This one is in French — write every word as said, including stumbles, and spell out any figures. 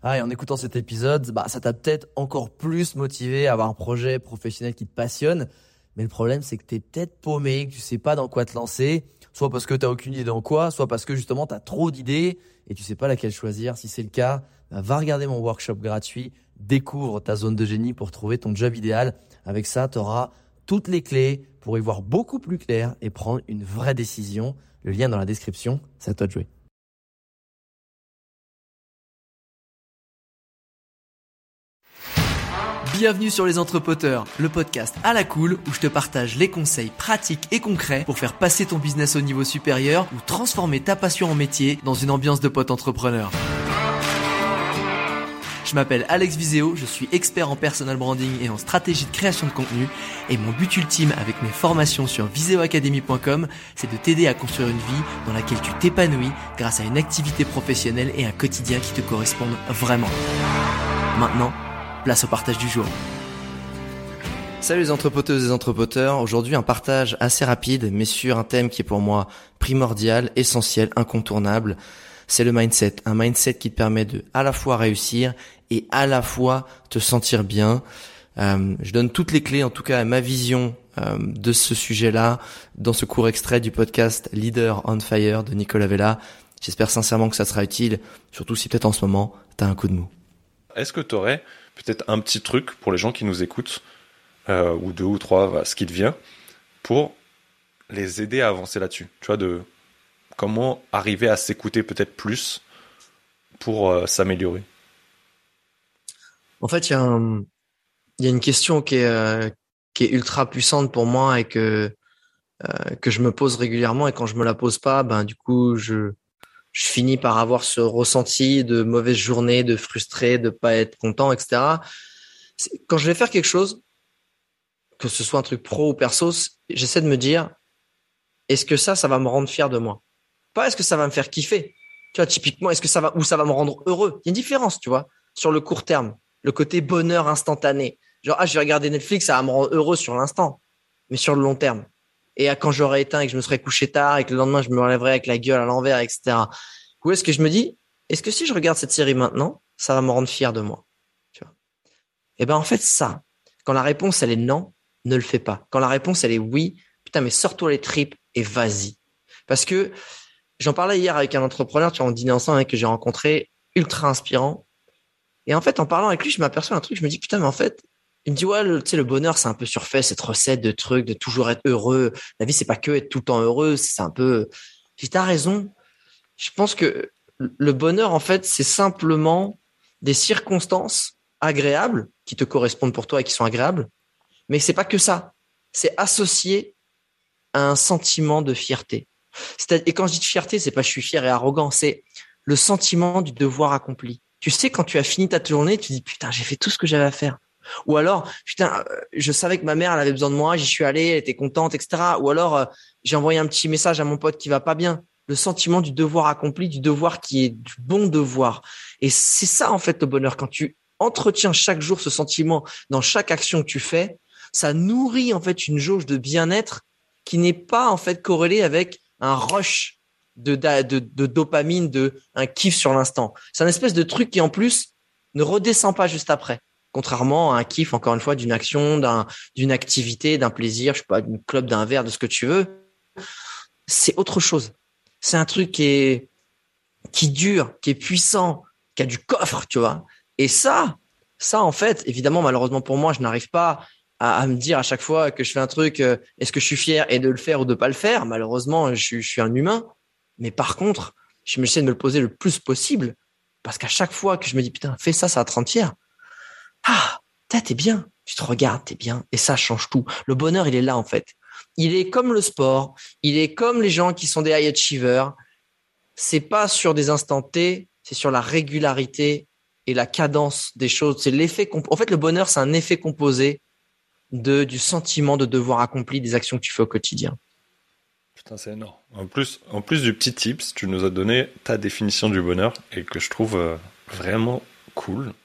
Ah, et en écoutant cet épisode, bah, ça t'a peut-être encore plus motivé à avoir un projet professionnel qui te passionne. Mais le problème, c'est que t'es peut-être paumé, que tu sais pas dans quoi te lancer. Soit parce que t'as aucune idée dans quoi, soit parce que justement t'as trop d'idées et tu sais pas laquelle choisir. Si c'est le cas, bah, va regarder mon workshop gratuit. Découvre ta zone de génie pour trouver ton job idéal. Avec ça, t'auras toutes les clés pour y voir beaucoup plus clair et prendre une vraie décision. Le lien dans la description, c'est à toi de jouer. Bienvenue sur Les Entrepoteurs, le podcast à la cool où je te partage les conseils pratiques et concrets pour faire passer ton business au niveau supérieur ou transformer ta passion en métier dans une ambiance de pote entrepreneur. Je m'appelle Alex Viseo, je suis expert en personal branding et en stratégie de création de contenu et mon but ultime avec mes formations sur viseo academy point com, c'est de t'aider à construire une vie dans laquelle tu t'épanouis grâce à une activité professionnelle et un quotidien qui te correspondent vraiment. Maintenant, place au partage du jour. Salut les entrepoteuses et les entrepoteurs. Aujourd'hui, un partage assez rapide, mais sur un thème qui est pour moi primordial, essentiel, incontournable. C'est le mindset. Un mindset qui te permet de à la fois réussir et à la fois te sentir bien. Euh, je donne toutes les clés, en tout cas ma vision euh, de ce sujet-là, dans ce court extrait du podcast Leader on Fire de Nicolas Vella. J'espère sincèrement que ça sera utile, surtout si peut-être en ce moment, t'as un coup de mou. Est-ce que tu aurais peut-être un petit truc pour les gens qui nous écoutent, euh, ou deux ou trois, voilà, ce qui te vient, pour les aider à avancer là-dessus? Tu vois, de comment arriver à s'écouter peut-être plus pour euh, s'améliorer. En fait, il y a un, il y a une question qui est, euh, qui est ultra puissante pour moi et que, euh, que je me pose régulièrement, et quand je me la pose pas, ben, du coup, je, je finis par avoir ce ressenti de mauvaise journée, de frustré, de pas être content, et cetera. C'est, quand je vais faire quelque chose, que ce soit un truc pro ou perso, j'essaie de me dire, est-ce que ça, ça va me rendre fier de moi? Pas est-ce que ça va me faire kiffer? Tu vois, typiquement, est-ce que ça va, ou ça va me rendre heureux? Il y a une différence, tu vois, sur le court terme, le côté bonheur instantané. Genre, ah, je vais regarder Netflix, ça va me rendre heureux sur l'instant, mais sur le long terme. Et quand j'aurai éteint et que je me serai couché tard et que le lendemain, je me relèverai avec la gueule à l'envers, et cetera. Ou est-ce que je me dis, est-ce que si je regarde cette série maintenant, ça va me rendre fier de moi? Tu vois? Et ben, en fait, ça, quand la réponse, elle est non, ne le fais pas. Quand la réponse, elle est oui, putain, mais sors-toi les tripes et vas-y. Parce que j'en parlais hier avec un entrepreneur, tu vois, on dînait ensemble, hein, que j'ai rencontré, ultra inspirant. Et en fait, en parlant avec lui, je m'aperçois d'un truc, je me dis, putain, mais en fait, il me dit, ouais, le, tu sais, le bonheur, c'est un peu surfait, cette recette de trucs, de toujours être heureux. La vie, c'est pas que être tout le temps heureux, c'est un peu... J'ai dit, t'as raison. Je pense que le bonheur, en fait, c'est simplement des circonstances agréables qui te correspondent pour toi et qui sont agréables. Mais c'est pas que ça. C'est associé à un sentiment de fierté. C'est-à-dire, et quand je dis de fierté, c'est pas je suis fier et arrogant, c'est le sentiment du devoir accompli. Tu sais, quand tu as fini ta journée, tu dis, putain, j'ai fait tout ce que j'avais à faire. Ou alors, putain, je savais que ma mère, elle avait besoin de moi, j'y suis allé, elle était contente, et cetera. Ou alors, euh, j'ai envoyé un petit message à mon pote qui va pas bien. Le sentiment du devoir accompli, du devoir qui est du bon devoir. Et c'est ça, en fait, le bonheur. Quand tu entretiens chaque jour ce sentiment dans chaque action que tu fais, ça nourrit, en fait, une jauge de bien-être qui n'est pas, en fait, corrélée avec un rush de, de, de, de dopamine, de un kiff sur l'instant. C'est un espèce de truc qui, en plus, ne redescend pas juste après. Contrairement à un kiff, encore une fois, d'une action, d'un, d'une activité, d'un plaisir, je sais pas, d'une clope, d'un verre, de ce que tu veux. C'est autre chose. C'est un truc qui est, qui dure, qui est puissant, qui a du coffre, tu vois. Et ça, ça, en fait, évidemment, malheureusement pour moi, je n'arrive pas à, à me dire à chaque fois que je fais un truc, euh, est-ce que je suis fier et de le faire ou de pas le faire? Malheureusement, je, je suis un humain. Mais par contre, je me essaie de me le poser le plus possible parce qu'à chaque fois que je me dis, putain, fais ça, ça va te rendre fier. Ah, t'es bien, tu te regardes, t'es bien, et ça change tout. Le bonheur, il est là en fait. Il est comme le sport, il est comme les gens qui sont des high achievers. C'est pas sur des instants T, c'est sur la régularité et la cadence des choses. C'est l'effet. Comp- en fait, le bonheur, c'est un effet composé de du sentiment de devoir accompli des actions que tu fais au quotidien. Putain, c'est énorme. En plus, en plus du petit tips, tu nous as donné ta définition du bonheur et que je trouve euh, vraiment cool.